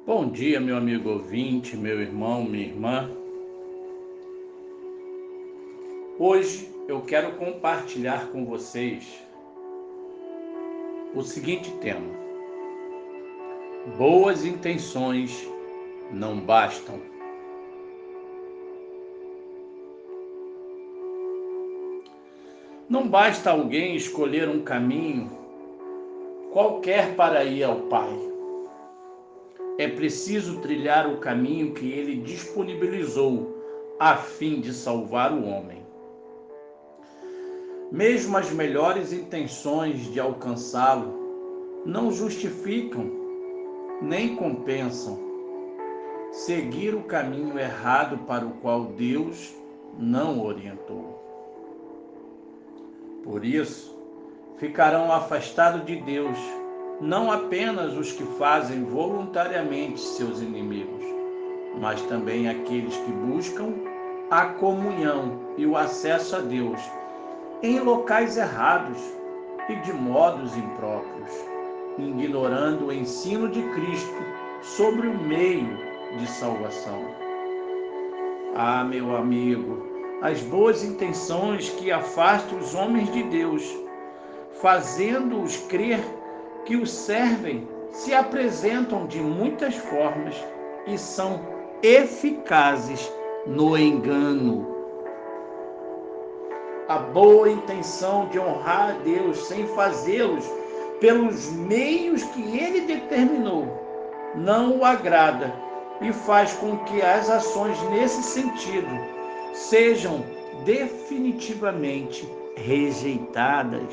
Bom dia, meu amigo ouvinte, meu irmão, minha irmã. Hoje eu quero compartilhar com vocês o seguinte tema: boas intenções não bastam. Não basta alguém escolher um caminho qualquer para ir ao Pai. É preciso trilhar o caminho que Ele disponibilizou a fim de salvar o homem. Mesmo as melhores intenções de alcançá-lo não justificam nem compensam seguir o caminho errado para o qual Deus não orientou. Por isso, ficarão afastados de Deus não apenas os que fazem voluntariamente seus inimigos, mas também aqueles que buscam a comunhão e o acesso a Deus em locais errados e de modos impróprios, ignorando o ensino de Cristo sobre o meio de salvação. Ah, meu amigo, as boas intenções que afastam os homens de Deus, fazendo-os crer que os servem, se apresentam de muitas formas e são eficazes no engano. A boa intenção de honrar a Deus sem fazê-los pelos meios que Ele determinou não o agrada e faz com que as ações nesse sentido sejam definitivamente rejeitadas.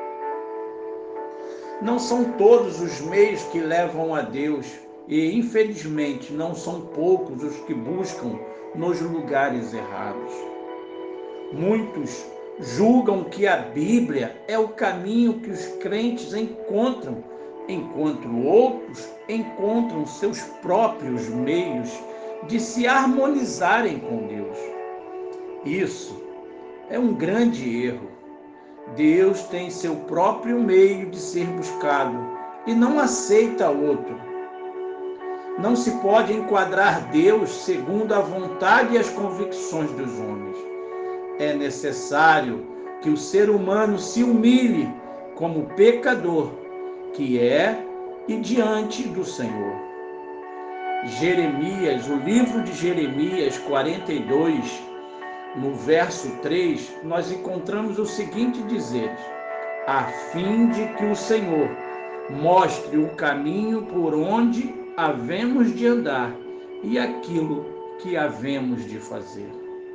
Não são todos os meios que levam a Deus e, infelizmente, não são poucos os que buscam nos lugares errados. Muitos julgam que a Bíblia é o caminho que os crentes encontram, enquanto outros encontram seus próprios meios de se harmonizarem com Deus. Isso é um grande erro. Deus tem seu próprio meio de ser buscado e não aceita outro. Não se pode enquadrar Deus segundo a vontade e as convicções dos homens. É necessário que o ser humano se humilhe como pecador que é e diante do Senhor. Jeremias, o livro de Jeremias 42, no verso 3, nós encontramos o seguinte dizer: a fim de que o Senhor mostre o caminho por onde havemos de andar e aquilo que havemos de fazer.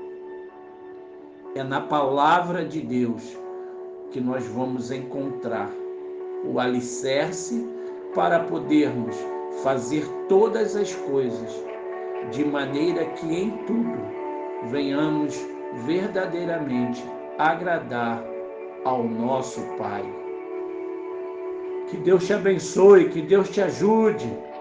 É na palavra de Deus que nós vamos encontrar o alicerce para podermos fazer todas as coisas de maneira que em tudo venhamos verdadeiramente agradar ao nosso Pai. Que Deus te abençoe, que Deus te ajude